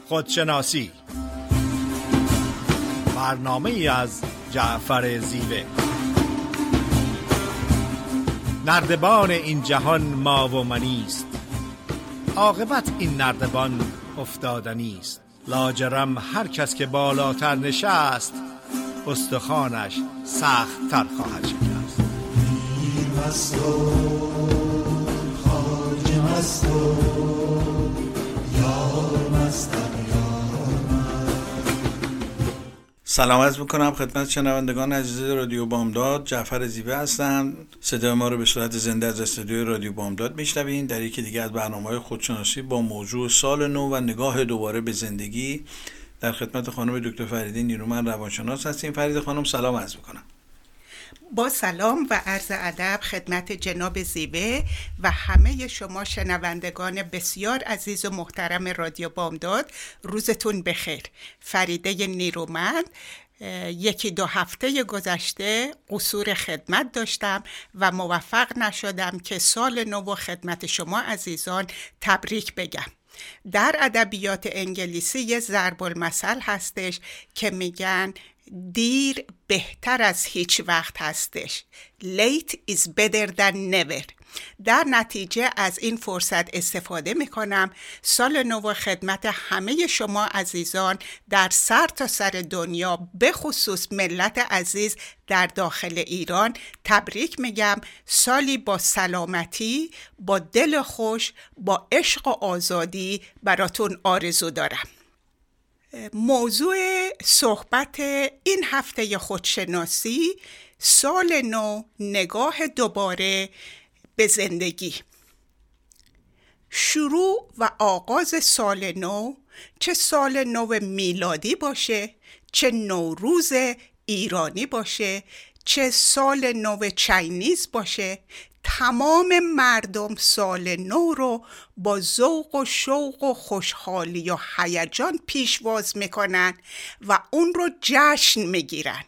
خودشناسی، برنامه ای از جعفر زیوه. نردبان این جهان ما و منیست، عاقبت این نردبان افتادنیست. لاجرم هر کس که بالاتر نشست، استخوانش سخت تر خواهد شکست. پیر مست و خواجه مست و یار مستم یار من. سلام عرض میکنم خدمت شنوندگان عزیز رادیو بامداد. جعفر زیوه هستم. صدای ما رو به صورت زنده از استودیوی رادیو بامداد میشنوین در یکی دیگه از برنامه‌های خودشناسی با موضوع سال نو و نگاه دوباره به زندگی. در خدمت خانم دکتر فریده نیرومند روانشناس هستیم. فریده خانم سلام عرض میکنم. با سلام و عرض ادب خدمت جناب زیوه و همه شما شنوندگان بسیار عزیز و محترم رادیو بامداد. روزتون بخیر. فریده نیرومند. یکی دو هفته گذشته قصور خدمت داشتم و موفق نشدم که سال نو خدمت شما عزیزان تبریک بگم. در ادبیات انگلیسی یه ضرب المثل هستش که میگن دیر بهتر از هیچ وقت هستش. Late is better than never. در نتیجه از این فرصت استفاده میکنم سال نو خدمت همه شما عزیزان در سر تا سر دنیا، به خصوص ملت عزیز در داخل ایران تبریک میگم. سالی با سلامتی، با دل خوش، با عشق و آزادی براتون آرزو دارم. موضوع صحبت این هفته خودشناسی، سال نو، نگاه دوباره به زندگی. شروع و آغاز سال نو، چه سال نو میلادی باشه، چه نوروز ایرانی باشه، چه سال نو چاینیز باشه، تمام مردم سال نو رو با ذوق و شوق و خوشحالی و هیجان پیشواز میکنن و اون رو جشن میگیرن.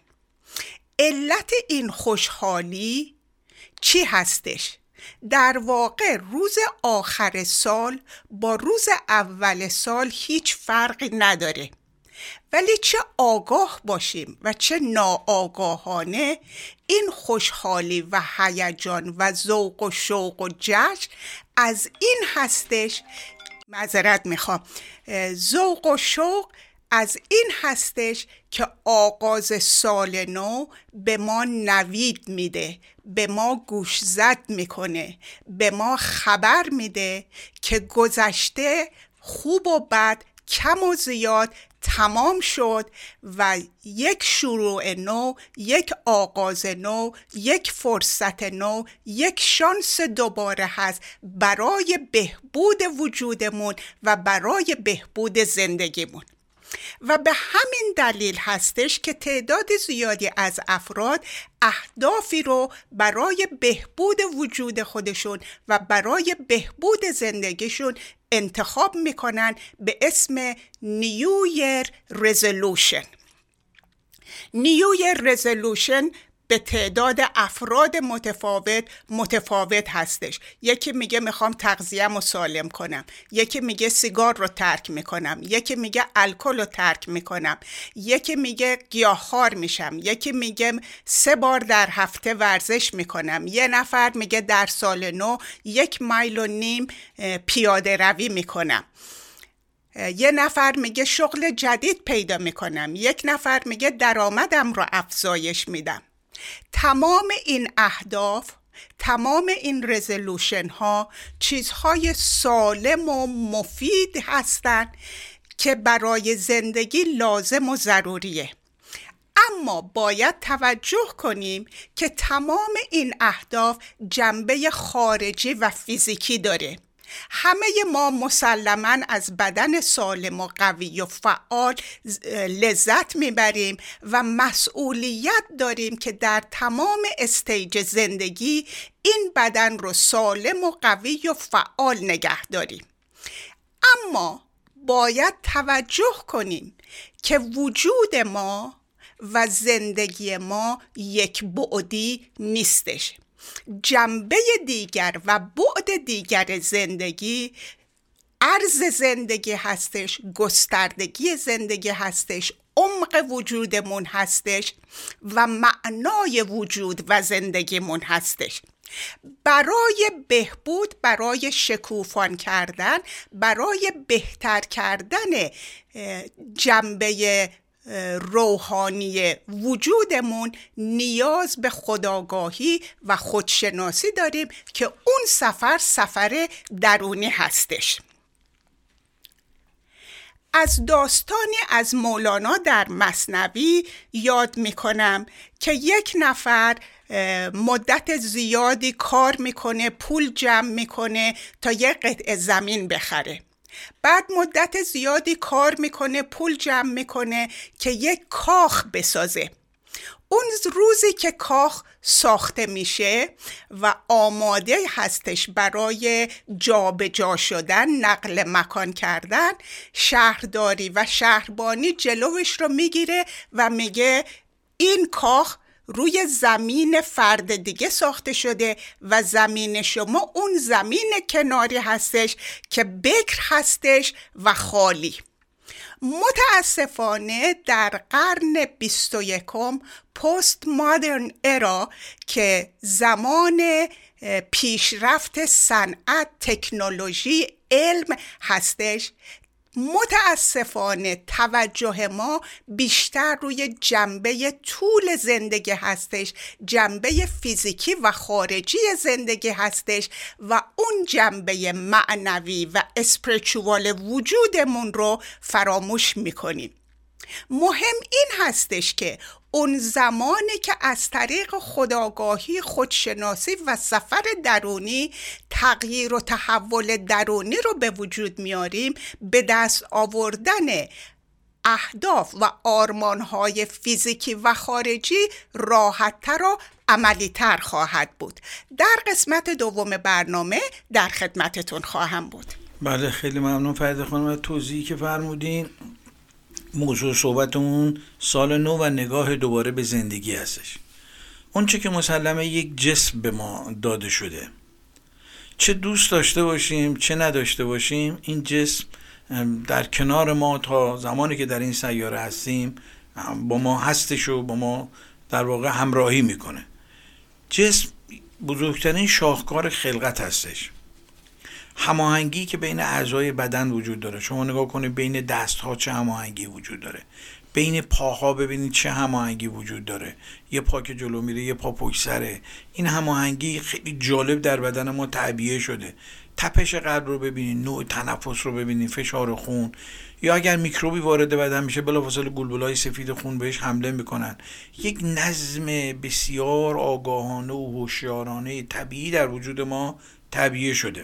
علت این خوشحالی چی هستش؟ در واقع روز آخر سال با روز اول سال هیچ فرقی نداره، ولی چه آگاه باشیم و چه ناآگاهانه این خوشحالی و هیجان و ذوق و شوق و جشن از این هستش. معذرت میخوام. ذوق و شوق از این هستش که آغاز سال نو به ما نوید میده، به ما گوش زد میکنه، به ما خبر میده که گذشته خوب و بد، کم و زیاد تمام شد و یک شروع نو، یک آغاز نو، یک فرصت نو، یک شانس دوباره هست برای بهبود وجودمون و برای بهبود زندگیمون. و به همین دلیل هستش که تعداد زیادی از افراد اهدافی رو برای بهبود وجود خودشون و برای بهبود زندگیشون انتخاب میکنن به اسم New Year Resolution. New Year Resolution به تعداد افراد متفاوت هستش. یکی میگه میخوام تغذیه‌مو رو سالم کنم، یکی میگه سیگار رو ترک میکنم، یکی میگه الکل رو ترک میکنم، یکی میگه گیاهخوار میشم، یکی میگه 3 بار در هفته ورزش میکنم، یه نفر میگه در سال نو 1.5 مایل پیاده روی میکنم، یه نفر میگه شغل جدید پیدا میکنم، یک نفر میگه درآمدم رو افزایش میدم. تمام این اهداف، تمام این رزولوشن ها چیزهای سالم و مفید هستند که برای زندگی لازم و ضروریه. اما باید توجه کنیم که تمام این اهداف جنبه خارجی و فیزیکی داره. همه ما مسلماً از بدن سالم و قوی و فعال لذت میبریم و مسئولیت داریم که در تمام استیج زندگی این بدن رو سالم و قوی و فعال نگه داریم. اما باید توجه کنیم که وجود ما و زندگی ما یک بعدی نیستش. جنبه دیگر و بعد دیگر زندگی عرض زندگی هستش، گستردگی زندگی هستش، عمق وجودمون هستش و معنای وجود و زندگیمون هستش. برای بهبود، برای شکوفان کردن، برای بهتر کردن جنبه روحانی وجودمون نیاز به خودآگاهی و خودشناسی داریم که اون سفر درونی هستش. از داستانی از مولانا در مثنوی یاد میکنم که یک نفر مدت زیادی کار میکنه، پول جمع میکنه تا یک قطعه زمین بخره. بعد مدت زیادی کار میکنه، پول جمع میکنه که یک کاخ بسازه. اون روزی که کاخ ساخته میشه و آماده هستش برای جابجا شدن، نقل مکان کردن، شهرداری و شهربانی جلوش رو میگیره و میگه این کاخ روی زمین فرد دیگه ساخته شده و زمین شما اون زمین کناری هستش که بکر هستش و خالی. متاسفانه در قرن 21 پست مدرن ارا که زمان پیشرفت صنعت، تکنولوژی، علم هستش، متاسفانه توجه ما بیشتر روی جنبه طول زندگی هستش، جنبه فیزیکی و خارجی زندگی هستش و اون جنبه معنوی و اسپریچوال وجودمون رو فراموش میکنیم. مهم این هستش که اون زمانی که از طریق خودآگاهی، خودشناسی و سفر درونی تغییر و تحول درونی رو به وجود میاریم، به دست آوردن اهداف و آرمانهای فیزیکی و خارجی راحت‌تر و عملی‌تر خواهد بود. در قسمت دوم برنامه در خدمتتون خواهم بود. بله، خیلی ممنون فرید خانم از توضیحی که فرمودین. موضوع صحبتمون سال نو و نگاه دوباره به زندگی هستش. اون چه که مسلمه یک جسم به ما داده شده، چه دوست داشته باشیم چه نداشته باشیم، این جسم در کنار ما تا زمانی که در این سیاره هستیم با ما هستش و با ما در واقع همراهی میکنه. جسم بزرگترین شاهکار خلقت هستش. هماهنگی که بین اعضای بدن وجود داره، شما نگاه کنید بین دست‌ها چه هماهنگی وجود داره، بین پاها ببینید چه هماهنگی وجود داره، یه پا که جلو میره یه پا پشت سره. این هماهنگی خیلی جالب در بدن ما تعبیه شده. تپش قلب رو ببینید، نوع تنفس رو ببینید، فشار خون، یا اگر میکروبی وارد بدن میشه بلافاصله گلبولای سفید خون بهش حمله میکنن. یک نظم بسیار آگاهانه و هوشیارانه طبیعی در وجود ما تعبیه شده.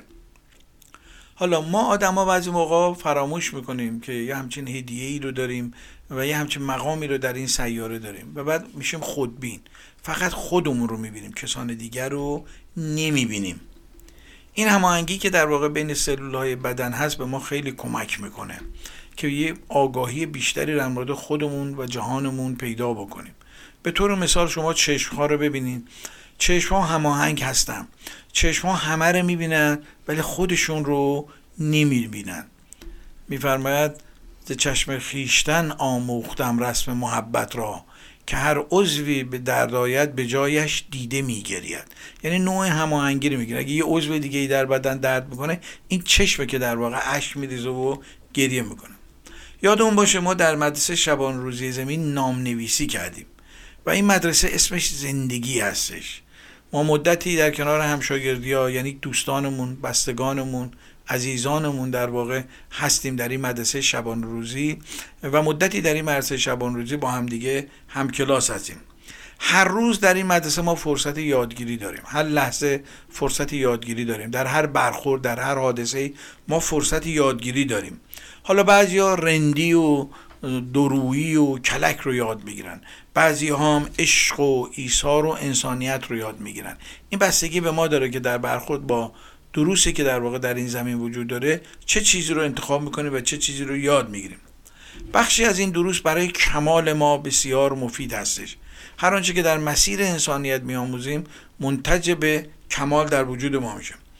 حالا ما آدم‌ها بعضی موقع فراموش میکنیم که یه همچین هدیه‌ای رو داریم و یه همچین مقامی رو در این سیاره داریم و بعد میشیم خودبین، فقط خودمون رو میبینیم، کسان دیگر رو نمیبینیم. این هماهنگی که در واقع بین سلول‌های بدن هست به ما خیلی کمک میکنه که یه آگاهی بیشتری در مورد خودمون و جهانمون پیدا بکنیم. به طور مثال شما چشم‌ها رو ببینید، چشم‌ها هماهنگ هستن، چشم‌ها همه رو میبینن ولی خودشون رو نمیبینن. میفرماید ز چشم خیشتن آموختم رسم محبت را، که هر عضوی به درد آید به جایش دیده میگرید. یعنی نوع هماهنگی رو میگیره. اگه یه عضو دیگه در بدن درد میکنه، این چشمه که در واقع اشک میریزه و گریه میکنه. یادمون باشه ما در مدرسه شبان روزی زمین نام نویسی کردیم و این مدرسه اسمش زندگی هستش. ما مدتی در کنار همشاگردی‌ها، یعنی دوستانمون، بستگانمون، عزیزانمون در واقع هستیم در این مدرسه شبان روزی و مدتی در این مدرسه شبان روزی با هم دیگه هم کلاس هستیم. هر روز در این مدرسه ما فرصت یادگیری داریم، هر لحظه فرصت یادگیری داریم، در هر برخورد، در هر حادثه ما فرصت یادگیری داریم. حالا بعضیا رندی و درویی و کلک رو یاد میگیرن، بعضی هم عشق و ایثار و انسانیت رو یاد میگیرن. این بستگی به ما داره که در برخورد با دروسی که در واقع در این زمین وجود داره چه چیزی رو انتخاب میکنیم و چه چیزی رو یاد میگیریم. بخشی از این دروس برای کمال ما بسیار مفید هستش. هر آنچه که در مسیر انسانیت میآموزیم منتج به کمال در وجود ما میشه.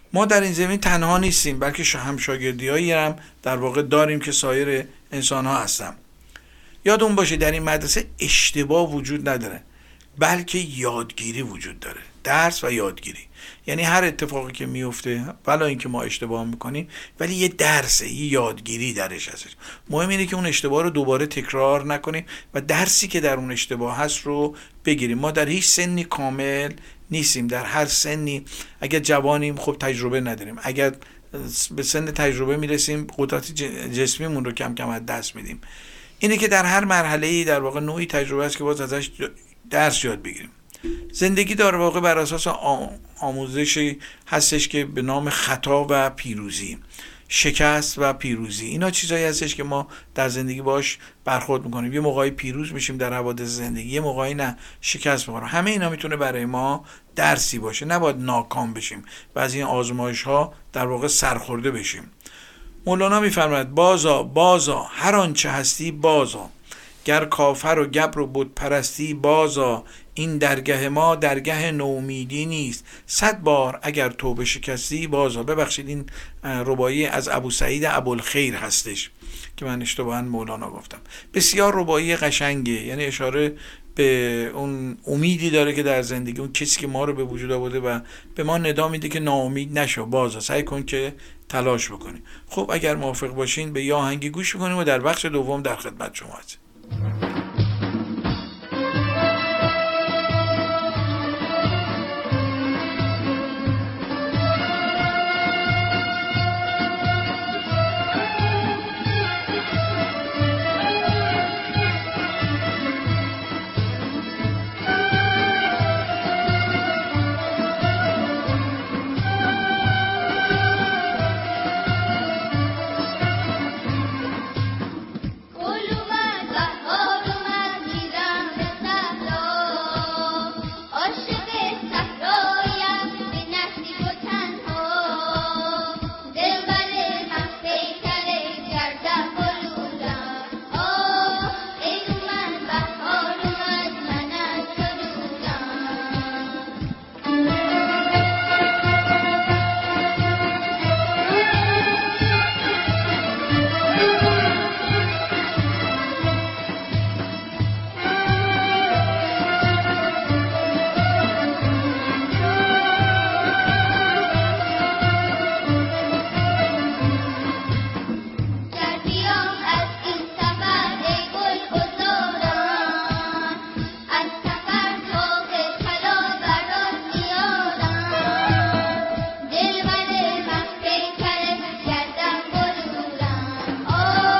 ما در این زمین تنها نیستیم، بلکه هم شاگردی‌هایی هم در واقع داریم که سایر انسان‌ها هستن. یادون باشه در این مدرسه اشتباه وجود نداره، بلکه یادگیری وجود داره، درس و یادگیری. یعنی هر اتفاقی که میفته، ولی اینکه ما اشتباه میکنیم، ولی یه درسه، یه یادگیری درش هستش. مهم اینه که اون اشتباه رو دوباره تکرار نکنیم و درسی که در اون اشتباه هست رو بگیریم. ما در هیچ سنی کامل نیستیم، در هر سنی اگر جوانیم خب تجربه نداریم، اگر به سن تجربه میرسیم قدرت جسمیمون رو کم کم از دست میدیم. اینه که در هر مرحله‌ای در واقع نوعی تجربه است که باز ازش درس یاد بگیریم. زندگی در واقع بر اساس آموزشی هستش که به نام خطا و پیروزی، شکست و پیروزی. اینا چیزایی هستش که ما در زندگی باش برخورد میکنیم. یه موقعی پیروز میشیم در حوادث زندگی، یه موقعی نه شکست میخوریم. همه اینا میتونه برای ما درسی باشه. نباید ناکام بشیم و از این آزمایش ها در واقع سرخورده بشیم. مولانا میفرماید بازا هر آنچه هستی بازا، گر کافر و گبر و بت پرستی بازا، این درگه ما درگه نومیدی نیست، 100 بار اگر توبه شکستی بازا. ببخشید این رباعی از ابو سعید ابوالخیر هستش که من اشتباهاً مولانا گفتم. بسیار رباعی قشنگه، یعنی اشاره به اون امیدی داره که در زندگی اون کسی که ما رو به وجود آورده و به ما ندا میده که ناامید نشو، بازا سعی کن که تلاش بکنی. خب اگر موافق باشین به یه آهنگی گوش کنیم و در بخش دوم در خدمت شما هستیم. Oh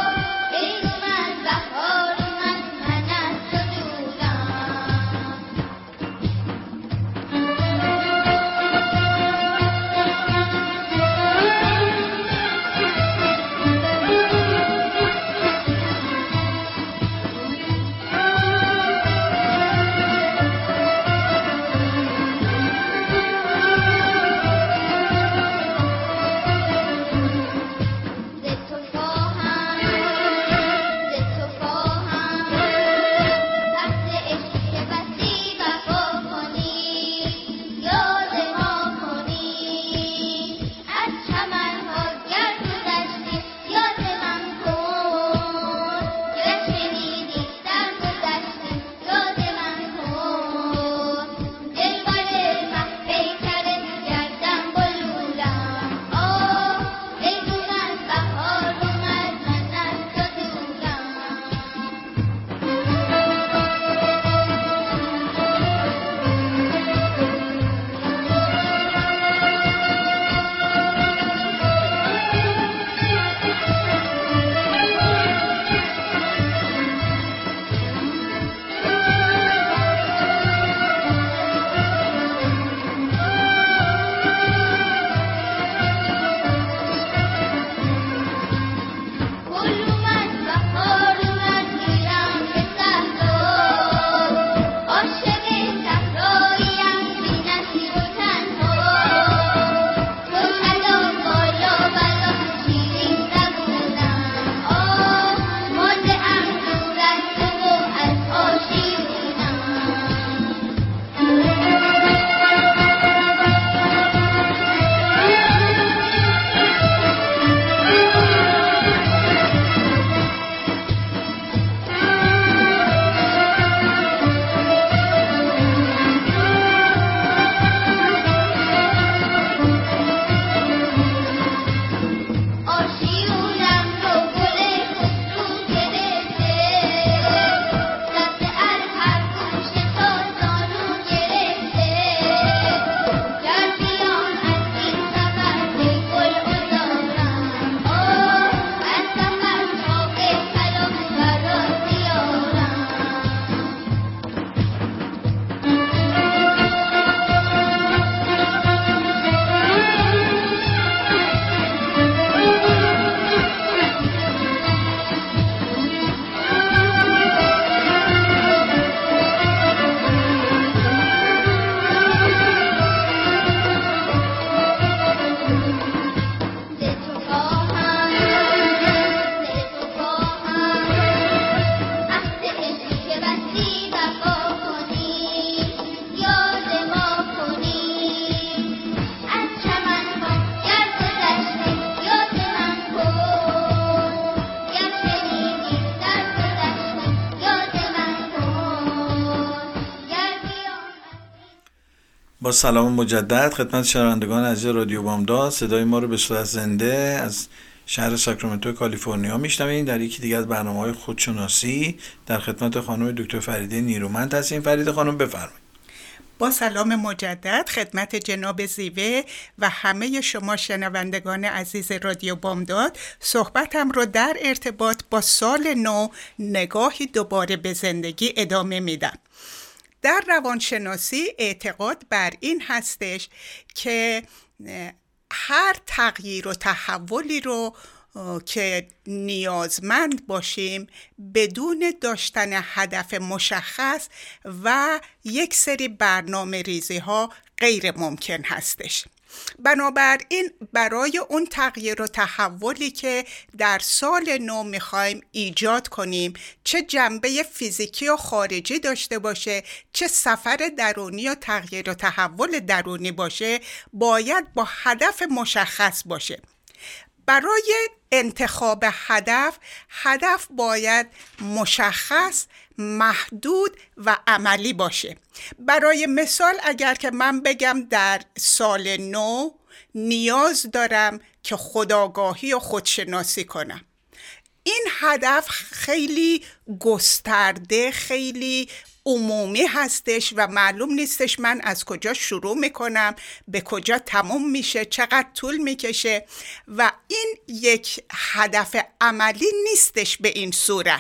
با سلام مجدد خدمت شنوندگان عزیز رادیو بامداد. صدای ما رو به صورت زنده از شهر ساکرامنتو کالیفرنیا میشنوید. در یکی دیگه از برنامه‌های خودشناسی در خدمت خانم دکتر فریده نیرومند هستیم. فریده خانم بفرمایید. با سلام مجدد خدمت جناب زیوه و همه شما شنوندگان عزیز رادیو بامداد، صحبتم رو در ارتباط با سال نو نگاهی دوباره به زندگی ادامه میدم. در روانشناسی اعتقاد بر این هستش که هر تغییر و تحولی رو که نیازمند باشیم بدون داشتن هدف مشخص و یک سری برنامه ریزی ها غیر ممکن هستش. بنابراین برای اون تغییر و تحولی که در سال نو میخوایم ایجاد کنیم، چه جنبه فیزیکی و خارجی داشته باشه، چه سفر درونی یا تغییر و تحول درونی باشه، باید با هدف مشخص باشه. برای انتخاب هدف باید مشخص، محدود و عملی باشه. برای مثال اگر که من بگم در سال نو نیاز دارم که خودآگاهی و خودشناسی کنم، این هدف خیلی گسترده، خیلی عمومی هستش و معلوم نیستش من از کجا شروع میکنم، به کجا تموم میشه، چقدر طول میکشه و این یک هدف عملی نیستش. به این صورت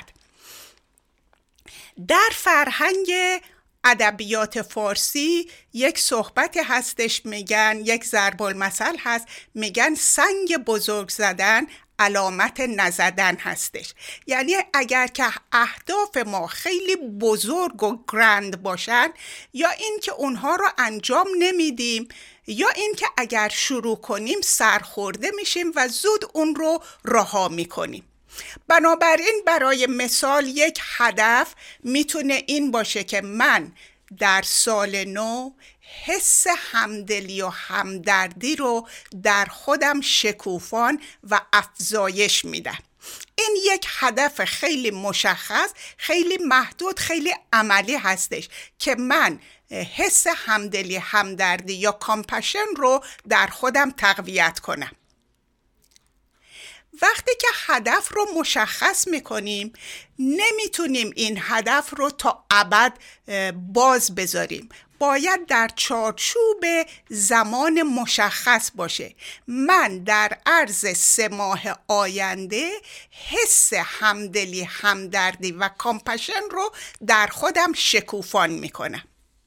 در فرهنگ ادبیات فارسی یک صحبت هستش، میگن، یک ضرب المثل هست، میگن سنگ بزرگ زدن علامت نزدن هستش. یعنی اگر که اهداف ما خیلی بزرگ و گرند باشن، یا این که اونها رو انجام نمیدیم، یا این که اگر شروع کنیم سرخورده میشیم و زود اون رو رها میکنیم. بنابراین برای مثال یک هدف میتونه این باشه که من در سال نو حس همدلی و همدردی رو در خودم شکوفان و افزایش میدم. این یک هدف خیلی مشخص، خیلی محدود، خیلی عملی هستش که من حس همدلی، همدردی یا کامپشن رو در خودم تقویت کنم. وقتی که هدف رو مشخص میکنیم، نمیتونیم این هدف رو تا ابد باز بذاریم. باید در چارچوب زمان مشخص باشه. من در عرض 3 ماه آینده حس همدلی، همدردی و کامپشن رو در خودم شکوفان میکنم.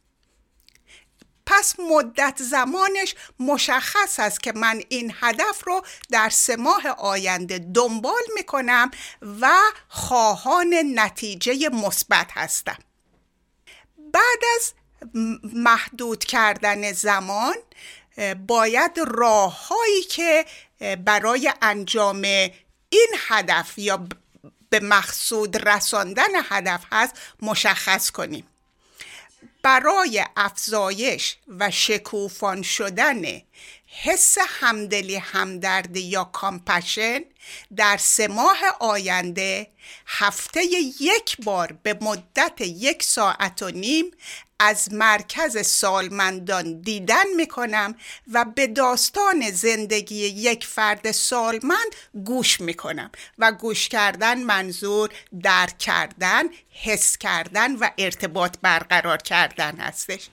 پس مدت زمانش مشخص است که من این هدف رو در 3 ماه آینده دنبال میکنم و خواهان نتیجه مثبت هستم. بعد از محدود کردن زمان باید راه‌هایی که برای انجام این هدف یا به مقصود رساندن هدف هست مشخص کنیم. برای افزایش و شکوفان شدن حس همدلی، همدردی یا کامپشن در 3 ماه آینده هفته 1 بار به مدت 1.5 ساعت از مرکز سالمندان دیدن میکنم و به داستان زندگی یک فرد سالمند گوش میکنم و گوش کردن منظور درک کردن، حس کردن و ارتباط برقرار کردن هستش.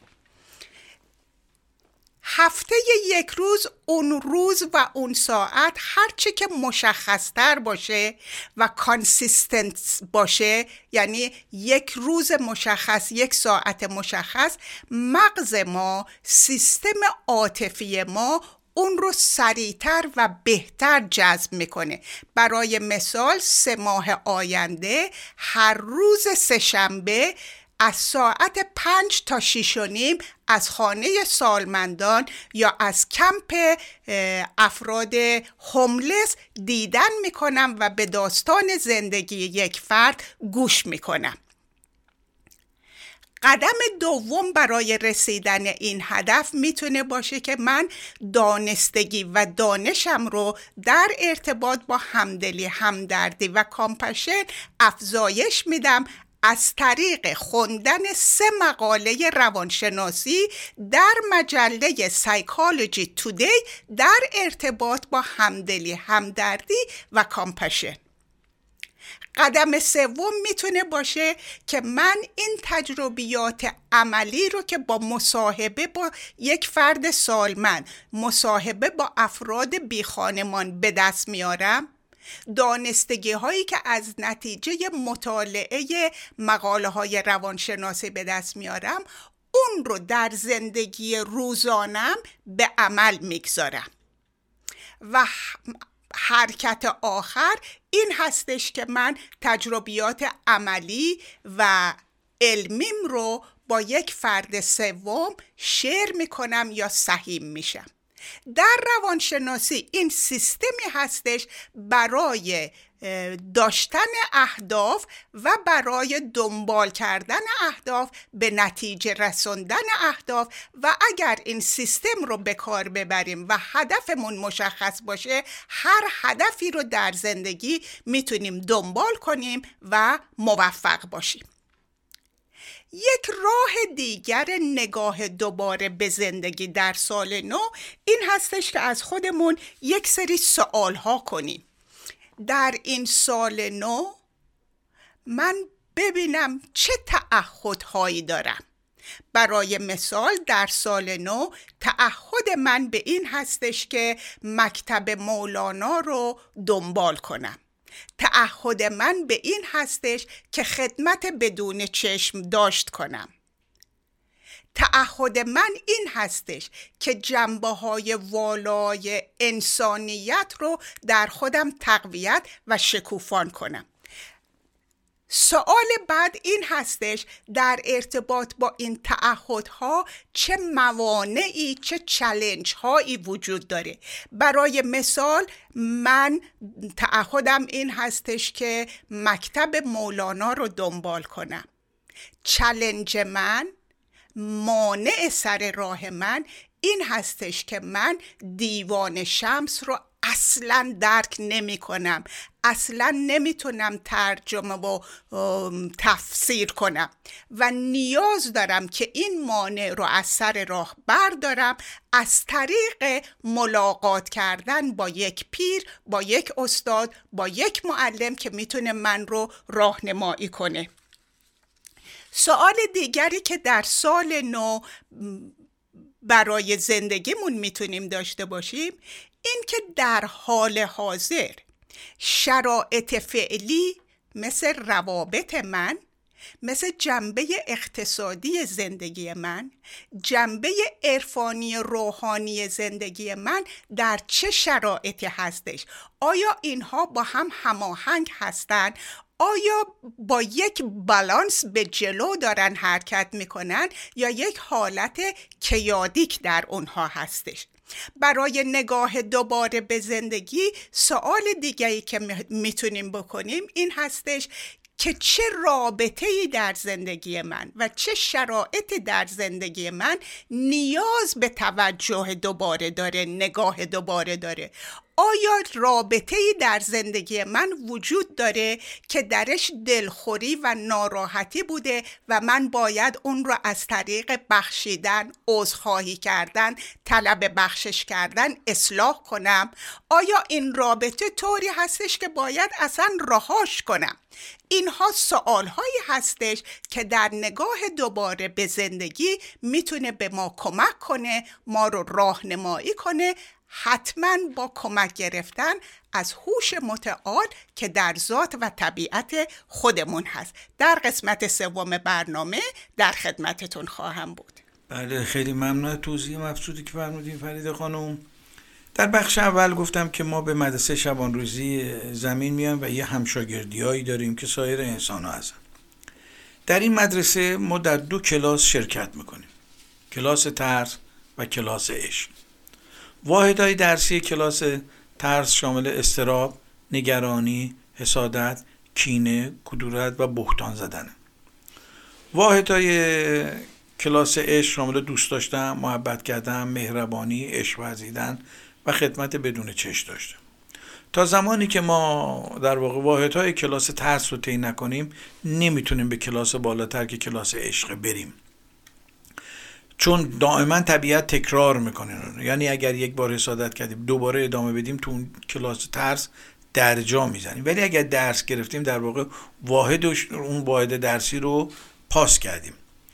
هفته 1 روز، اون روز و اون ساعت هرچی که مشخصتر باشه و کانسیستنت باشه، یعنی 1 روز مشخص، 1 ساعت مشخص، مغز ما، سیستم عاطفی ما اون رو سریعتر و بهتر جذب میکنه. برای مثال 3 ماه آینده هر روز 3 شنبه از ساعت 5 تا 6:30 از خانه سالمندان یا از کمپ افراد هوملس دیدن میکنم و به داستان زندگی یک فرد گوش میکنم. قدم دوم برای رسیدن این هدف میتونه باشه که من دانستگی و دانشم رو در ارتباط با همدلی، همدردی و کامپشن افزایش میدم از طریق خوندن 3 مقاله روانشناسی در مجله سایکولوژی تودی در ارتباط با همدلی، همدردی و کامپشن. قدم سوم میتونه باشه که من این تجربیات عملی رو که با مصاحبه با یک فرد سالمند، مصاحبه با افراد بی خانمان به دست میارم، دانستگی هایی که از نتیجه مطالعه مقاله های روانشناسی به دست میارم، اون رو در زندگی روزانم به عمل میگذارم. و حرکت آخر این هستش که من تجربیات عملی و علمیم رو با یک فرد سوم شیر میکنم یا سهیم میشم. در روانشناسی این سیستمی هستش برای داشتن اهداف و برای دنبال کردن اهداف، به نتیجه رسوندن اهداف، و اگر این سیستم رو به کار ببریم و هدفمون مشخص باشه، هر هدفی رو در زندگی میتونیم دنبال کنیم و موفق باشیم. یک راه دیگر نگاه دوباره به زندگی در سال نو این هستش که از خودمون یک سری سوال ها کنیم. در این سال نو من ببینم چه تعهدهایی دارم. برای مثال در سال نو تعهد من به این هستش که مکتب مولانا رو دنبال کنم. تعهد من به این هستش که خدمت بدون چشم داشت کنم. تعهد من این هستش که جنبه‌های والای انسانیت رو در خودم تقویت و شکوفان کنم. سوال بعد این هستش در ارتباط با این تعهدها چه موانعی، چه چالش هایی وجود داره. برای مثال من تعهدم این هستش که مکتب مولانا رو دنبال کنم. چالش من، مانع سر راه من این هستش که من دیوان شمس رو اصلا درک نمی کنم، اصلا نمیتونم ترجمه و تفسیر کنم و نیاز دارم که این مانع رو از سر راه بردارم از طریق ملاقات کردن با یک پیر، با یک استاد، با یک معلم که میتونه من رو راهنمایی کنه. سوال دیگری که در سال نو برای زندگیمون میتونیم داشته باشیم این که در حال حاضر شرایط فعلی مثل روابط من، مثل جنبه اقتصادی زندگی من، جنبه عرفانی روحانی زندگی من در چه شرایطی هستش؟ آیا اینها با هم هماهنگ هستن؟ آیا با یک بالانس به جلو دارن حرکت میکنن یا یک حالت کیادیک در اونها هستش؟ برای نگاه دوباره به زندگی سوال دیگه‌ای که میتونیم بکنیم این هستش که چه رابطه‌ای در زندگی من و چه شرایطی در زندگی من نیاز به توجه دوباره داره، نگاه دوباره داره. آیا رابطه‌ای در زندگی من وجود داره که درش دلخوری و ناراحتی بوده و من باید اون رو از طریق بخشیدن، عذرخواهی کردن، طلب بخشش کردن اصلاح کنم؟ آیا این رابطه طوری هستش که باید اصلا رهاش کنم؟ اینها سوال‌هایی هستش که در نگاه دوباره به زندگی میتونه به ما کمک کنه، ما رو راهنمایی کنه، حتما با کمک گرفتن از هوش متعال که در ذات و طبیعت خودمون هست. در قسمت سوم برنامه در خدمتتون خواهم بود. بله، خیلی ممنون توضیح مبسوطی که فرمودین فرید خانم. در بخش اول گفتم که ما به مدرسه شبانروزی زمین میایم و یه همشاگردیایی داریم که سایر انسان ها هستن. در این مدرسه ما در 2 کلاس شرکت میکنیم، کلاس ترس و کلاس عشق. واحدهای درسی کلاس ترس شامل اضطراب، نگرانی، حسادت، کینه، کدورت و بهتان زدنه. واحدهای کلاس عشق شامل دوست داشتن، محبت کردن، مهربانی، عشق ورزیدن و خدمت بدون چشم داشتن. تا زمانی که ما در واقع واحدهای کلاس ترس رو طی نکنیم نمیتونیم به کلاس بالاتر که کلاس عشق بریم، چون دائما طبیعت تکرار میکنه. یعنی اگر یک بار حسادت کردیم دوباره ادامه بدیم تو اون کلاس ترس درجا میزنیم، ولی اگر درس گرفتیم در واقع اون واحد درسی رو پاس کردیم.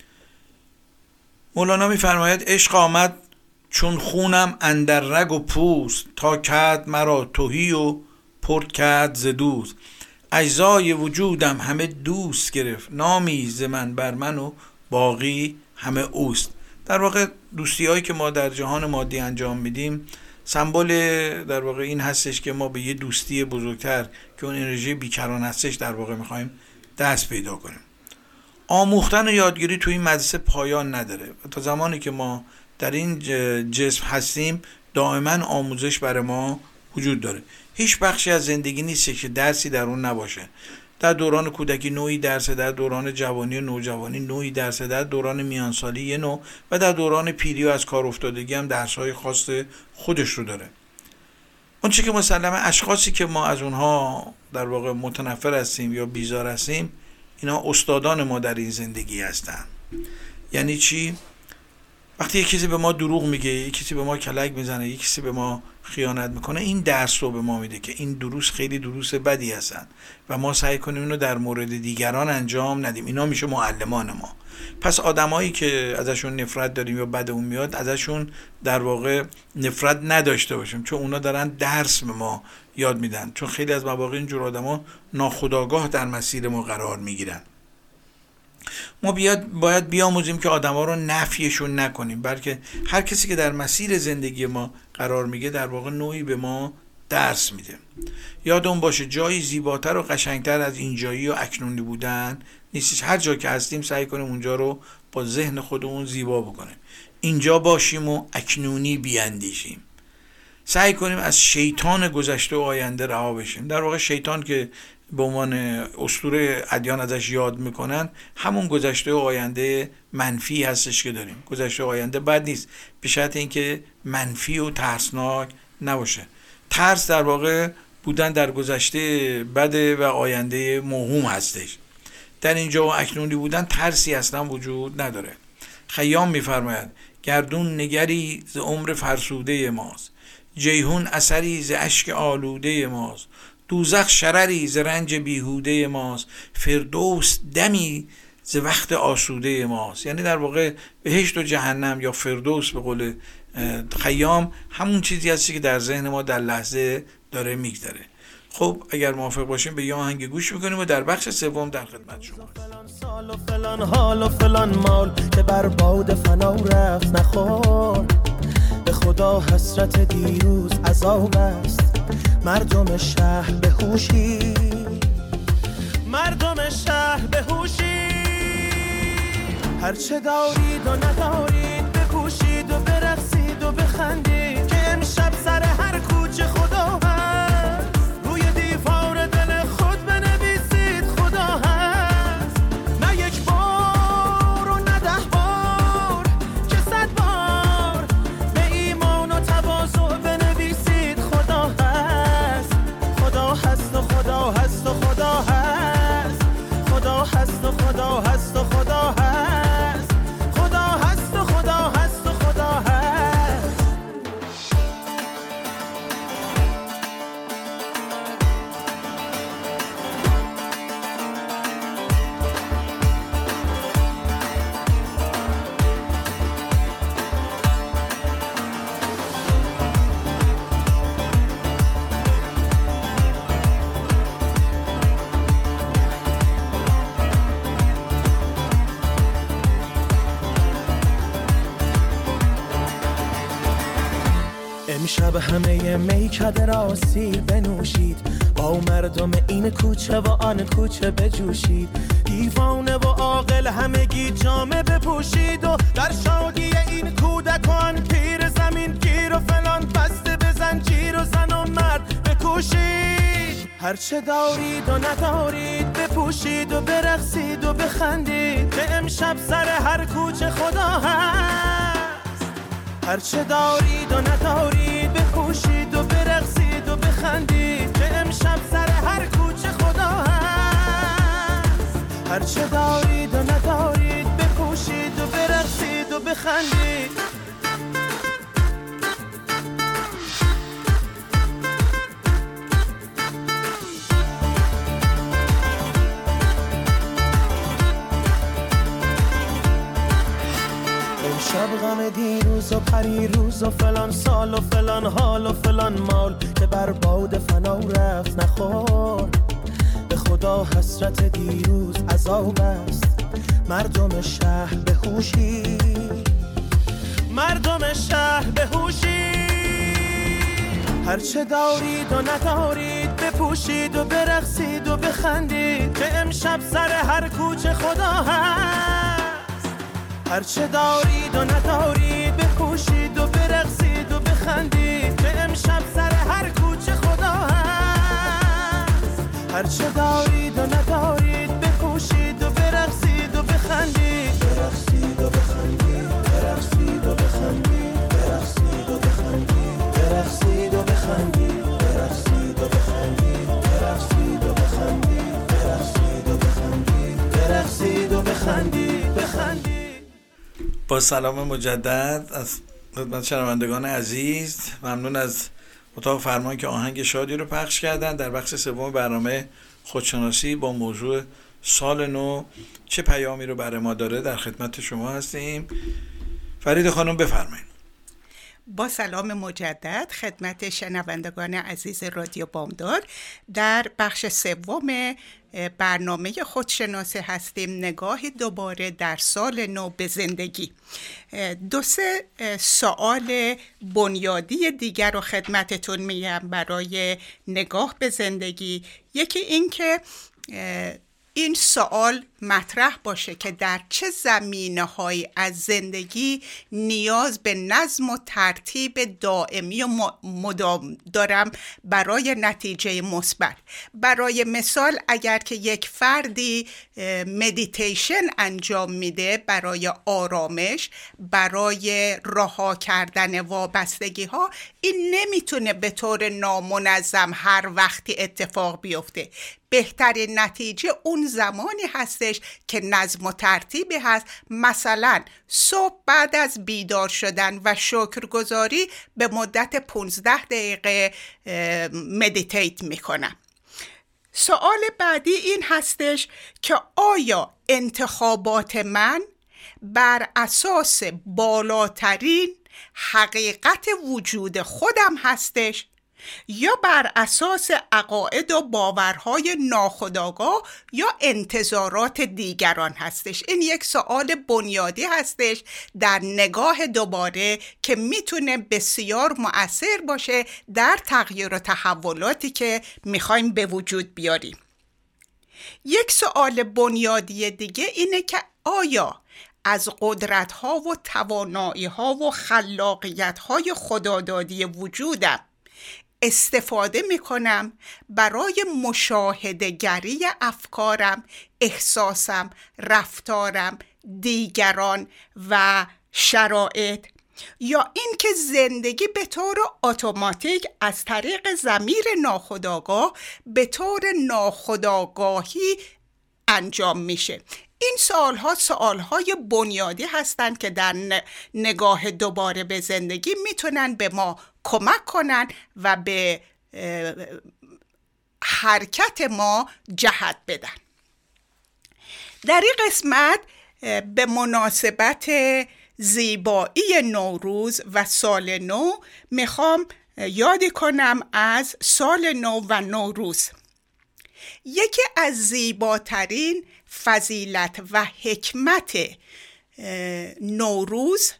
مولانا میفرماید عشق آمد چون خونم اندر رگ و پوست، تا کرد مرا تهی و پرد کرد ز دوست. اجزای وجودم همه دوست گرفت، نامی ز من بر من و باقی همه اوست. در واقع دوستی هایی که ما در جهان مادی انجام میدیم سمبل در واقع این هستش که ما به یه دوستی بزرگتر که اون انرژی بیکران هستش در واقع میخوایم دست پیدا کنیم. آموختن و یادگیری توی این مدرسه پایان نداره و تا زمانی که ما در این جسم هستیم دائما آموزش برای ما وجود داره. هیچ بخشی از زندگی نیست که درسی در اون نباشه. در دوران کودکی نوعی درسه، در دوران جوانی و نوجوانی نوعی درسه، در دوران میانسالی یه نوع و در دوران پیری و از کار افتادگی هم درس‌های خاص خودش رو داره. اون چیزی که مسلمه اشخاصی که ما از اونها در واقع متنفر هستیم یا بیزار هستیم اینا استادان ما در این زندگی هستن. یعنی چی؟ وقتی یک کسی به ما دروغ میگه، یک کسی به ما کلک میزنه، یک کسی به ما خیانت میکنه، این درس رو به ما میده که این دروس خیلی دروس بدی هستن و ما سعی کنیم اینو در مورد دیگران انجام ندیم. اینا میشه معلمان ما. پس آدمایی که ازشون نفرت داریم یا بدمون میاد ازشون در واقع نفرت نداشته باشیم، چون اونا دارن درس به ما یاد میدن، چون خیلی از مواقع اینجور آدما ناخودآگاه در مسیر ما قرار میگیرن. ما باید بیاموزیم که آدما رو نفیشون نکنیم، بلکه هر کسی که در مسیر زندگی ما قرار میگه در واقع نوعی به ما درس میده. یادمون باشه جایی زیباتر و قشنگتر از اینجایی و اکنونی بودن نیستش. هر جا که هستیم سعی کنیم اونجا رو با ذهن خودمون زیبا بکنیم. اینجا باشیم و اکنونی بیاندیشیم. سعی کنیم از شیطان گذشته و آینده رها بشیم. در واقع شیطان که به عنوان اسطوره ادیان ازش یاد میکنن همون گذشته و آینده منفی هستش که داریم. گذشته و آینده بد نیست، به شرط اینکه منفی و ترسناک نباشه. ترس در واقع بودن در گذشته بده و آینده موهوم هستش. در اینجا و اکنونی بودن ترسی اصلا وجود نداره. خیام میفرماید گردون نگری ز عمر فرسوده ماست، جیهون اثری ز اشک آلوده ماست، دوزخ شرری ز رنج بیهوده ماست، فردوس دمی ز وقت آسوده ماست. یعنی در واقع بهشت و جهنم یا فردوس به قول خیام همون چیزی هستی که در ذهن ما در لحظه داره میگذره. خب اگر موافق باشیم به یه آهنگ گوش میکنیم و در بخش سوم در خدمت شما. فلان سال و فلان حال و فلان مال که بر باد فنا رفت نخور، به خدا حسرت دیروز عذاب است. مردم شهر به هوشی، مردم شهر به هوشی، هرچه دارید و ندارید بپوشید و برقصید و بخندید که امشب سر هر کوچه خدا هست. روی دیوار دل خود بنویسید خدا هست. نه یک بار و نه 10 بار که 100 بار به ایمان و تواضع بنویسید خدا هست. خدا هست و خدا هست و خدا هست. خدا هست و خدا هست و خدا هست. خدا هست و خدا هست و خدا هست. امشب همه میکده را سیر بنوشید، با مردم این کوچه و آن کوچه بجوشید. دیوانه و عاقل همگی جامه بپوشید و در شادی این کودکان پیر زمین گیر و فلان بسته به زنجیر و زن و مرد بکوشید. هرچه دارید و ندارید بپوشید و برقصید و بخندید که امشب سر هر کوچه خدا هست. هرچه دارید و ندارید بپوشید و برقصید و بخندید هر کوچه خدا هست. هرچه دارید و ندارید بپوشید و برقصید و بخندید. شب غم دیروز و پریروز و فلان سال و فلان حال و فلان مال که بر باد فنا رفت نخور. به خدا حسرت دیروز عذاب است. مردم شهر بهوشی، مردم شهر بهوشی. هرچه دارید و ندارید بپوشید و برقصید و بخندید که امشب سر هر کوچه خدا هست. هرچه دارید و ندارید بپوشید و برقصید و بخندید که امشب سر هر کوچه خدا هست. هرچه دارید و ندارید بپوشید و برقصید و بخندید. برقصید و بخندید، برقصید و بخندید، برقصید و بخندید، برقصید و بخندید، برقصید و بخندید، برقصید و بخندید، برقصید و بخندید، برقصید و بخندید، بخندید. با سلام مجدد از خدمت شنوندگان عزیز. ممنون از اتاق فرمان که آهنگ شادی رو پخش کردن. در بخش سوم برنامه خودشناسی با موضوع سال نو چه پیامی رو برای ما داره در خدمت شما هستیم. فرید خانم بفرمایید. با سلام مجدد خدمت شنوندگان عزیز رادیو بامداد. در بخش سوم برنامه خودشناسی هستیم، نگاهی دوباره در سال نو به زندگی. دو سه سوال بنیادی دیگر رو خدمتتون میگم برای نگاه به زندگی. یکی این که این سوال مطرح باشه که در چه زمینه‌هایی از زندگی نیاز به نظم و ترتیب دائمی و مدام دارم برای نتیجه مثبت. برای مثال اگر که یک فردی مدیتیشن انجام میده برای آرامش، برای رها کردن وابستگی ها، این نمیتونه به طور نامنظم هر وقتی اتفاق بیفته. بهترین نتیجه اون زمانی هستش که نظم و ترتیبی هست. مثلا صبح بعد از بیدار شدن و شکرگزاری به مدت 15 دقیقه مدیتیت میکنم. سوال بعدی این هستش که آیا انتخابات من بر اساس بالاترین حقیقت وجود خودم هستش یا بر اساس عقاید و باورهای ناخودآگاه یا انتظارات دیگران هستش؟ این یک سوال بنیادی هستش در نگاه دوباره که میتونه بسیار مؤثر باشه در تغییر و تحولاتی که میخوایم به وجود بیاریم. یک سوال بنیادی دیگه اینه که آیا از قدرت‌ها و توانایی‌ها و خلاقیت‌های خدادادی وجودم استفاده میکنم برای مشاهده‌گری افکارم، احساسم، رفتارم، دیگران و شرایط، یا این که زندگی به طور اتوماتیک از طریق ضمیر ناخودآگاه به طور ناخودآگاهی انجام میشه. این سوالهای بنیادی هستند که در نگاه دوباره به زندگی میتونن به ما کمک کنن و به حرکت ما جهت بدن. در این قسمت به مناسبت زیبایی نوروز و سال نو میخوام یاد کنم از سال نو و نوروز. یکی از زیباترین فضیلت و حکمت نوروز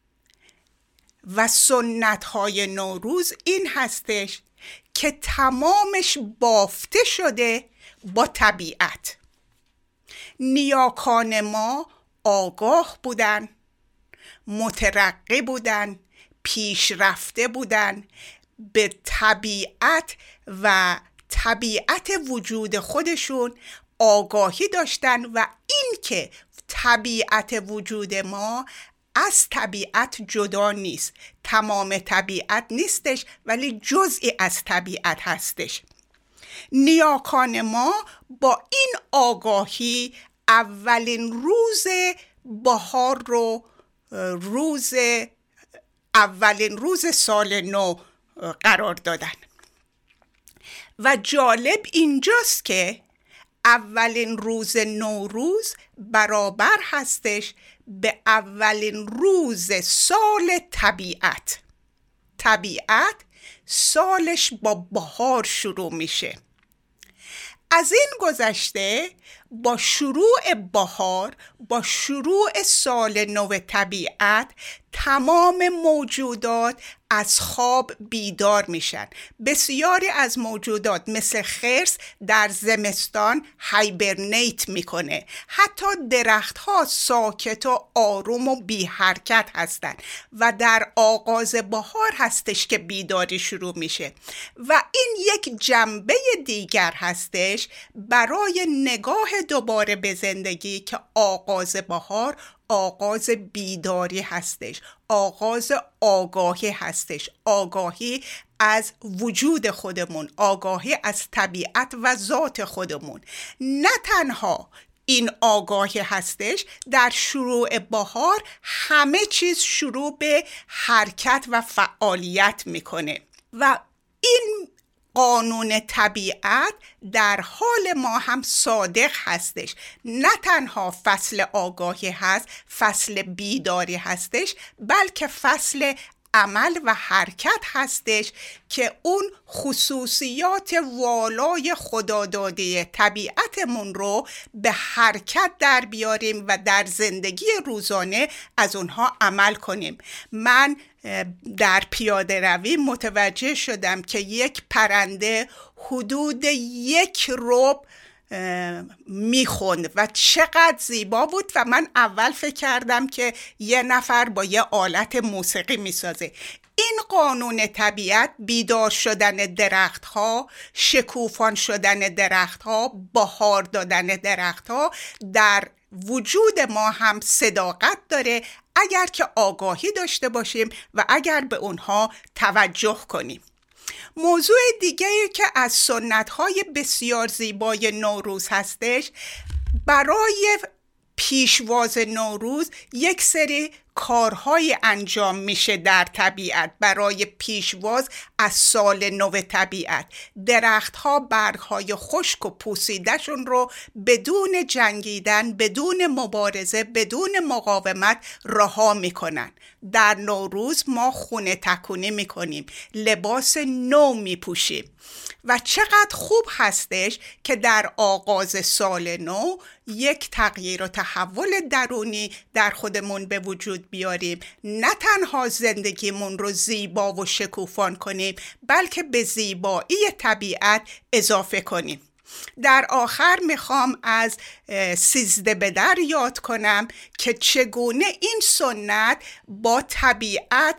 و سنت‌های نوروز این هستش که تمامش بافته شده با طبیعت. نیاکان ما آگاه بودن، مترقی بودن، پیشرفته بودن، به طبیعت و طبیعت وجود خودشون آگاهی داشتن و این که طبیعت وجود ما از طبیعت جدا نیست، تمام طبیعت نیستش ولی جزئی از طبیعت هستش. نیاکان ما با این آگاهی اولین روز بهار رو اولین روز سال نو قرار دادن. و جالب اینجاست که اولین روز نوروز برابر هستش به اولین روز سال طبیعت. طبیعت سالش با بهار شروع میشه. از این گذشته با شروع بهار، با شروع سال نو طبیعت، تمام موجودات از خواب بیدار میشن. بسیاری از موجودات مثل خرس در زمستان هایبرنیت میکنه. حتی درختها ساکت و آروم و بی حرکت هستن و در آغاز بهار هستش که بیداری شروع میشه. و این یک جنبه دیگر هستش برای نگاه دوباره به زندگی که آغاز بهار آغاز بیداری هستش، آغاز آگاهی هستش، آگاهی از وجود خودمون، آگاهی از طبیعت و ذات خودمون. نه تنها این آگاهی هستش، در شروع بهار همه چیز شروع به حرکت و فعالیت میکنه و این قانون طبیعت در حال ما هم صادق هستش. نه تنها فصل آگاهی هست، فصل بیداری هستش، بلکه فصل عمل و حرکت هستش که اون خصوصیات والای خداداده طبیعتمون رو به حرکت در بیاریم و در زندگی روزانه از اونها عمل کنیم. من در پیاده روی متوجه شدم که یک پرنده حدود 1 ربع میخوند و چقدر زیبا بود و من اول فکر کردم که یه نفر با یه آلت موسیقی میسازه. این قانون طبیعت، بیدار شدن درختها، شکوفان شدن درختها، بهار دادن درختها، در وجود ما هم صداقت داره اگر که آگاهی داشته باشیم و اگر به اونها توجه کنیم. موضوع دیگری که از سنت‌های بسیار زیبای نوروز هستش، برای پیشواز نوروز یک سری کارهای انجام میشه در طبیعت برای پیشواز از سال نو طبیعت. درختها برگهای خشک و پوسیدهشون رو بدون جنگیدن، بدون مبارزه، بدون مقاومت رها میکنن. در نوروز ما خونه تکونی میکنیم، لباس نو میپوشیم و چقدر خوب هستش که در آغاز سال نو یک تغییر و تحول درونی در خودمون به وجود بیاریم. نه تنها زندگیمون رو زیبا و شکوفان کنیم، بلکه به زیبایی طبیعت اضافه کنیم. در آخر میخوام از 13 بدر یاد کنم که چگونه این سنت با طبیعت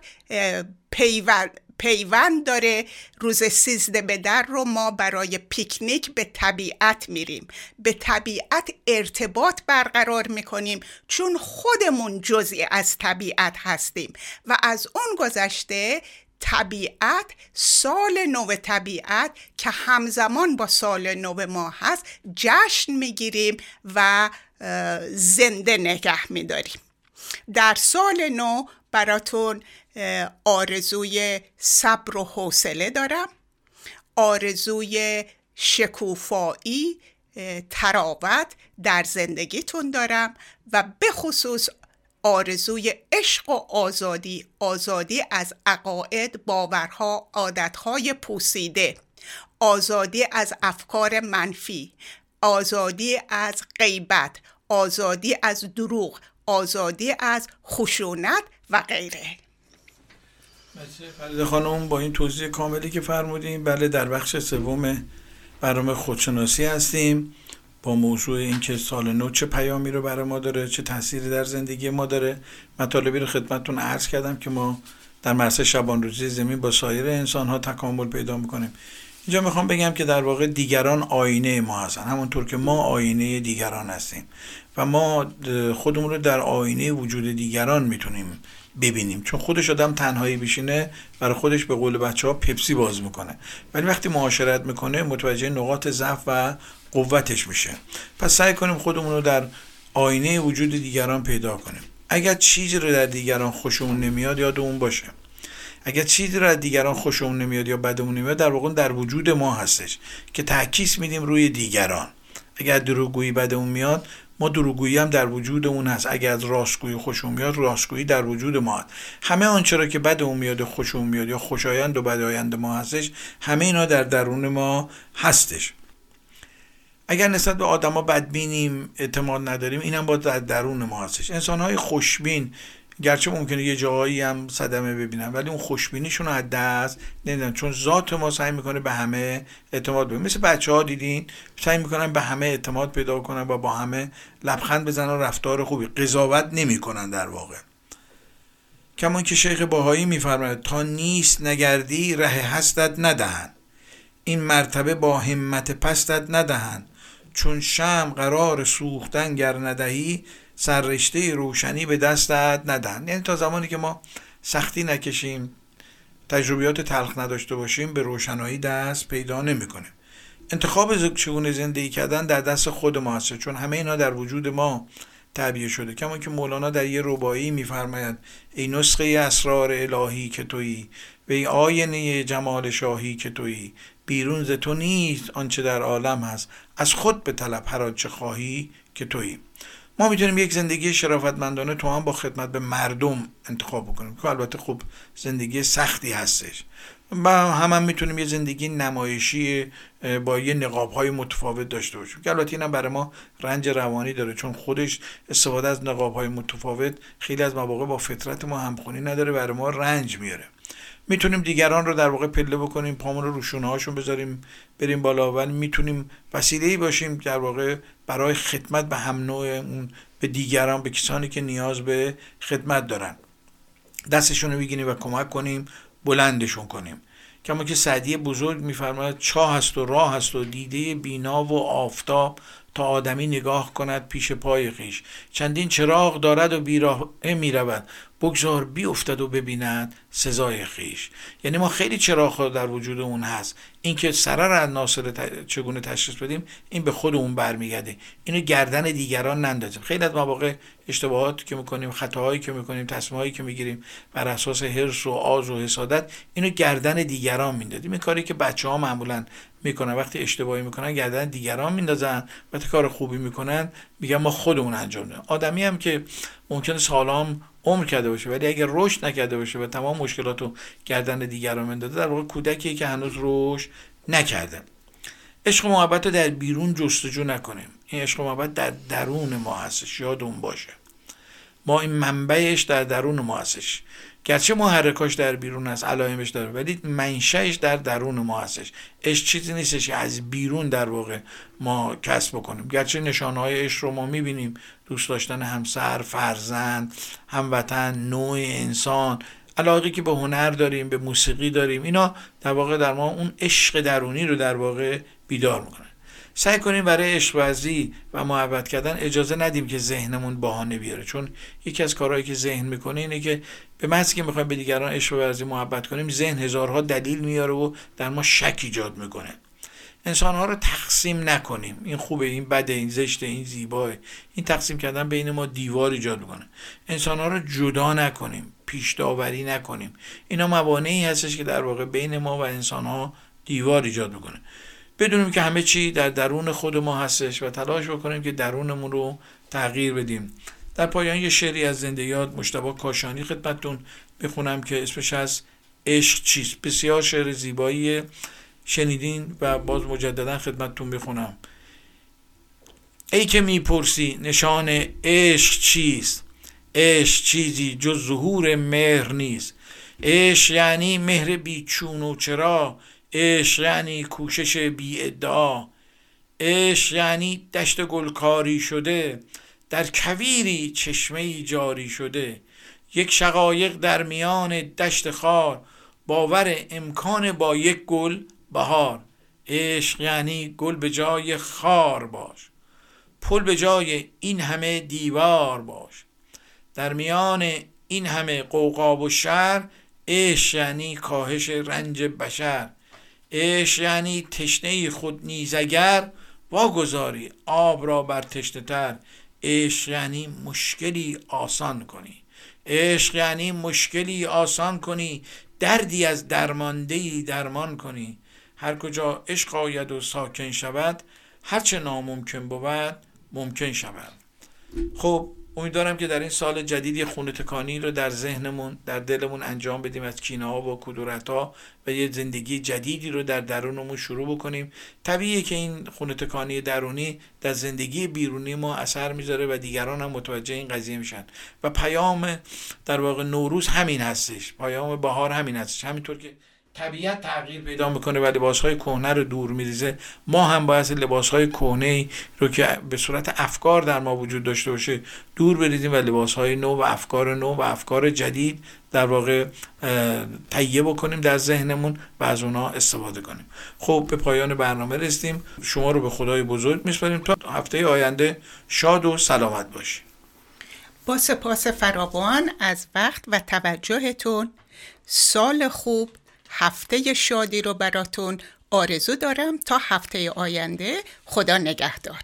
پیوند داره. روز 13 بدر رو ما برای پیکنیک به طبیعت میریم، به طبیعت ارتباط برقرار میکنیم چون خودمون جزئی از طبیعت هستیم و از اون گذشته طبیعت، سال نو طبیعت که همزمان با سال نو ما هست، جشن میگیریم و زنده نگه میداریم. در سال نو براتون آرزوی صبر و حوصله دارم، آرزوی شکوفایی، تراوت در زندگیتون دارم و به خصوص آرزوی عشق و آزادی، آزادی از عقاید، باورها، عادتهای پوسیده، آزادی از افکار منفی، آزادی از غیبت، آزادی از دروغ، آزادی از خشونت و غیره. فرید خانم با این توضیح کاملی که فرمودیم، بله در بخش سوم برنامه خودشناسی هستیم با موضوع این که سال نو چه پیامی رو برای ما داره، چه تأثیری در زندگی ما داره. مطالبی رو خدمتتون عرض کردم که ما در مرز شبانروزی زمین با سایر انسان ها تکامل پیدا میکنیم. اینجا میخوام بگم که در واقع دیگران آینه ما هستن، همونطور که ما آینه دیگران هستیم و ما خودمون رو در آینه وجود دیگران میتونیم ببینیم، چون خودش آدم تنهایی بشینه برای خودش به قول بچه‌ها پپسی باز میکنه، ولی وقتی معاشرت میکنه متوجه نقاط ضعف و قوتش میشه. پس سعی کنیم خودمون رو در آینه وجود دیگران پیدا کنیم. اگر چیزی رو در دیگران خوشمون نمیاد یادمون باشه، اگر چیزی رو از دیگران خوشمون نمیاد یا بدمون نمیاد، در واقع در وجود ما هستش که تعکیس میدیم روی دیگران. اگر دروغگویی بدمون میاد، ما دروغگویی هم در وجودمون هست. اگر از راستگویی خوشمون میاد، راستگویی در وجود ما هست. همه آنچه را که بدمون میاد و خوشمون میاد یا خوشایند و بدایند ما هستش، همه اینا در درون ما هستش. اگر نسبت به آدما بدبینیم، اعتماد نداریم، اینم با در درون ما هستش. انسان‌های خوشبین گرچه ممکنه یه جایی هم صدمه ببینن، ولی اون خوشبینیشون رو از دست نمیدن، چون ذات ما سعی میکنه به همه اعتماد بده. مثل بچه‌ها دیدین سعی میکنن به همه اعتماد پیدا کنن و با همه لبخند بزنن و رفتار خوبی، قضاوت نمیکنن در واقع. کما که شیخ بهایی میفرماید تا نیست نگردی ره هستت ندهند، این مرتبه با همت پستت ندهند، چون شمع قرار سوختن گر ندهی سررشته روشنی به دستت ندهند. یعنی تا زمانی که ما سختی نکشیم، تجربیات تلخ نداشته باشیم، به روشنایی دست پیدا نمی کنیم. انتخاب چگونه زندگی کردن در دست خود ما هست، چون همه اینا در وجود ما تعبیه شده. کما که مولانا در یه رباعی میفرماید ای نسخه اسرار الهی که تویی و ای آینه جمال شاهی که تویی، بیرون ز تو نیست آنچه در عالم هست، از خود به طلب هر آنچه خواهی که تویی. ما میتونیم یک زندگی شرافتمندانه تو هم با خدمت به مردم انتخاب بکنیم که البته خب زندگی سختی هستش. هم میتونیم یه زندگی نمایشی با یه نقاب‌های متفاوت داشته باشیم که البته اینم برای ما رنج روانی داره، چون خودش استفاده از نقاب‌های متفاوت خیلی از مواقع با فطرت ما همخوانی نداره، برای ما رنج میاره. میتونیم دیگران رو در واقع پله بکنیم، پامون رو شونه هاشون بذاریم بریم بالا، ولی میتونیم وسیله‌ای باشیم در واقع برای خدمت به هم نوع اون، به دیگران، به کسانی که نیاز به خدمت دارن. دستشون رو بگیریم و کمک کنیم، بلندشون کنیم. کما که سعدی بزرگ میفرماید چاه هست و راه هست و دیده بینا و آفتاب، تا آدمی نگاه کند پیش پای خویش، چندین چراغ دارد و بیراه میرود، بگذار بی افتد و ببیند سزای خویش. یعنی ما خیلی چراغ در وجودمون هست، این که سرر از ناصر چگونه تشخیص بدیم، این به خودمون برمیگرده. اینو گردن دیگران نندازیم. خیلی از مواقع اشتباهاتی که میکنیم، خطاهایی که میکنیم، تصمیمایی که میگیریم بر اساس حرص و آز و حسادت، اینو گردن دیگران میندازیم. این کاری که بچه‌ها معمولا میکنن، وقتی اشتباهی میکنن گردن دیگران میندازن، وقتی کار خوبی میکنن میگن ما خودمون انجام دادیم. آدمی هم که ممکنه سالام عمر کرده باشه ولی اگر رشد نکرده باشه و تمام مشکلاتو گردن دیگران میندازه، در واقع کودکیه که هنوز رشد نکرده. عشق و محبت رو در بیرون جستجو نکنیم. این عشق و محبت در درون ما هستش، یادمون باشه. ما این منبعش در درون ما هستش، گرچه محرکاش در بیرون هست، علائمش داره، ولی منشأش در درون ما هستش. عشق چیزی نیستش که از بیرون در واقع ما کسب بکنیم. گرچه نشانه‌های عشق رو ما می‌بینیم، دوست داشتن همسر، فرزند، هموطن، نوع انسان، علاقه که به هنر داریم، به موسیقی داریم، اینا در واقع در ما اون عشق درونی رو در واقع بیدار میکنه. سعی کنیم برای عشق ورزی و محبت کردن اجازه ندیم که ذهنمون بهانه بیاره، چون یکی از کارهایی که ذهن میکنه اینه که به محض که میخوایم به دیگران عشق ورزی محبت کنیم، ذهن هزارها دلیل میاره و در ما شک ایجاد میکنه. انسان‌ها رو تقسیم نکنیم، این خوبه، این بده، این زشته، این زیباه. این تقسیم کردن بین ما دیوار ایجاد میکنه. انسان‌ها رو جدا نکنیم، پیش داوری نکنیم. اینا موانعی هستش که در واقع بین ما و انسان‌ها دیوار ایجاد میکنه. بدونیم که همه چی در درون خود ما هستش و تلاش بکنیم که درونمون رو تغییر بدیم. در پایان یه شعری از زنده‌یاد مجتبی کاشانی خدمتتون بخونم که اسمش از عشق چیست. بسیار شعر زیباییه، شنیدین و باز مجددا خدمتتون بخونم. ای که میپرسی نشان عشق چیست، عشق چیزی جز ظهور مهر نیست. عشق یعنی مهر بی چون و چرا، عشق یعنی کوشش بی ادعا. عشق یعنی دشت گلکاری شده، در کویری چشمه‌ای جاری شده. یک شقایق در میان دشت خار، باور امکان با یک گل بهار. عشق یعنی گل به جای خار باش، پل به جای این همه دیوار باش. در میان این همه قوقا و شر، عشق یعنی کاهش رنج بشر. عشق یعنی تشنه خود نیز اگر، واگذاری آب را بر تشنه تر. عشق یعنی مشکلی آسان کنی. عشق یعنی مشکلی آسان کنی، دردی از درماندهی درمان کنی. هر کجا عشق آید و ساکن شود، هرچه ناممکن بود ممکن شود. خب امیدوارم که در این سال جدید خونه تکانی رو در ذهنمون، در دلمون انجام بدیم، از کینه ها و کدورت ها و یه زندگی جدیدی رو در درونمون شروع بکنیم. طبیعیه که این خونه تکانی درونی در زندگی بیرونی ما اثر میذاره و دیگران هم متوجه این قضیه میشن و پیام در واقع نوروز همین هستش، پیام بهار همین هستش. همینطور که طبیعت تغییر پیدا میکنه و لباسهای کهنه رو دور میریزه، ما هم باید لباسهای کهنه رو که به صورت افکار در ما وجود داشته باشه دور بریزیم و لباسهای نو و افکار نو و افکار جدید در واقع تهیه بکنیم در ذهنمون و از اونها استفاده کنیم. خب به پایان برنامه رسیدیم. شما رو به خدای بزرگ میسپاریم تا هفته آینده شاد و سلامت باشید. با سپاس فراوان از وقت و توجهتون، سال خوب، هفته شادی رو براتون آرزو دارم. تا هفته آینده، خدا نگهدار.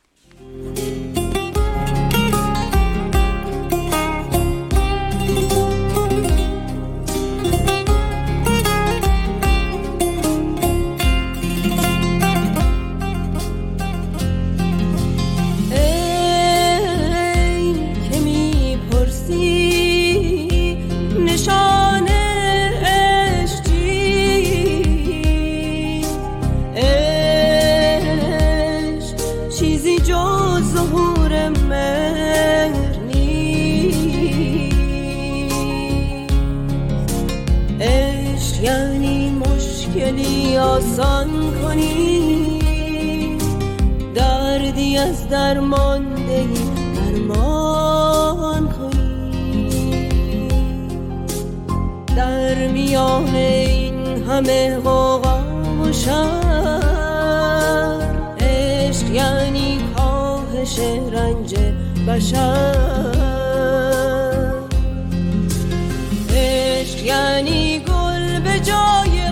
آسان کنی، دردی از درماندهی درمان کنی. در میان این همه غوغا و شر، عشق یعنی کاهش رنج بشر. عشق یعنی گل به جای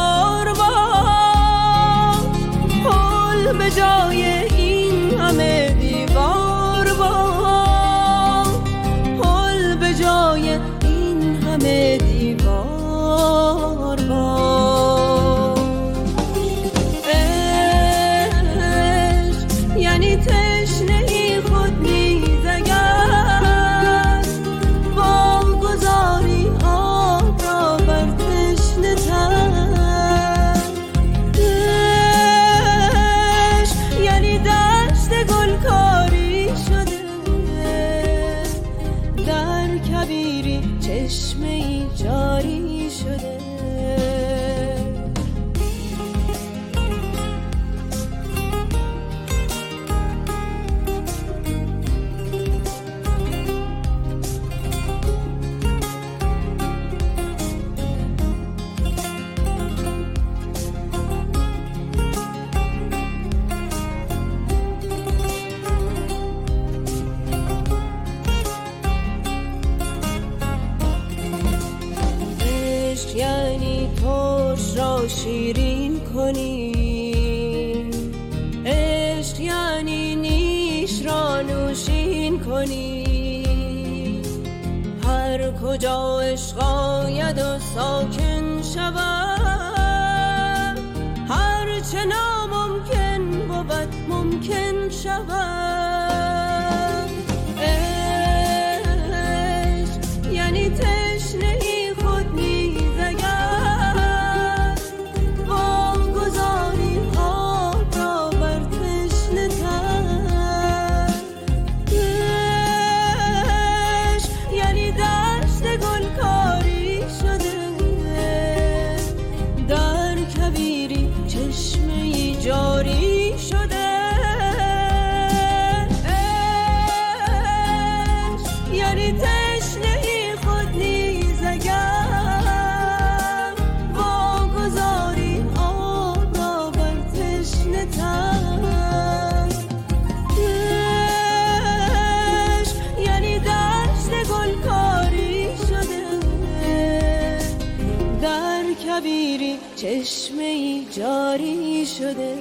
به جای این همه دیوار با، پل به جای این همه دیوار با. عشق یعنی تشنه خود نیز اگر، واگذاری آب را بر تشنه تر. گلکاری شده در کبیری، چشمه‌ای جاری شده. شیرین کنی، عشق یعنی نیش را نوشین کنی. هر کجا عشق آید و ساکن شود، هر چه ناممکن بود ممکن شود. عشق یعنی تشنه خود نیز اگر، واگذاری آب را بر تشنه تر. عشق یعنی دشت گلکاری شده در کبیری، چشمه‌ای جاری شده. دبیری چشمه‌ای جاری شده.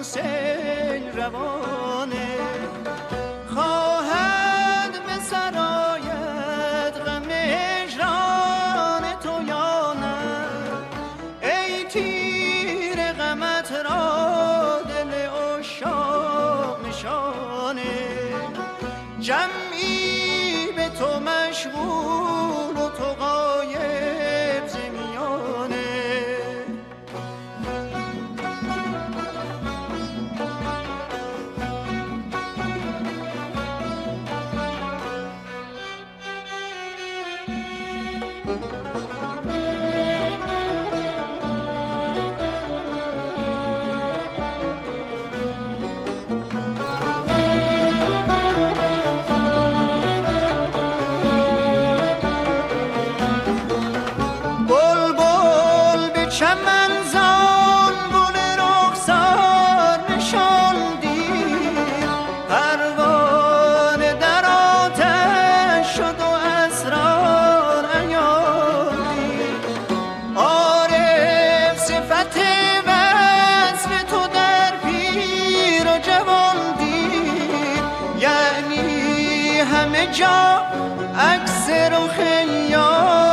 سیل روانه خواهد به سرایت غم هجران تو یا نه ای تیر غمت را دل عشاق نشانه جمعی به تو مشغول و تو غایب ز میانه چمن زانبون رخسار نشاندی پروانه در آتش شد و اسرار عیاندی عارف صفت وصف تو در پیر و جواندی یعنی همه جا عکس رخ یار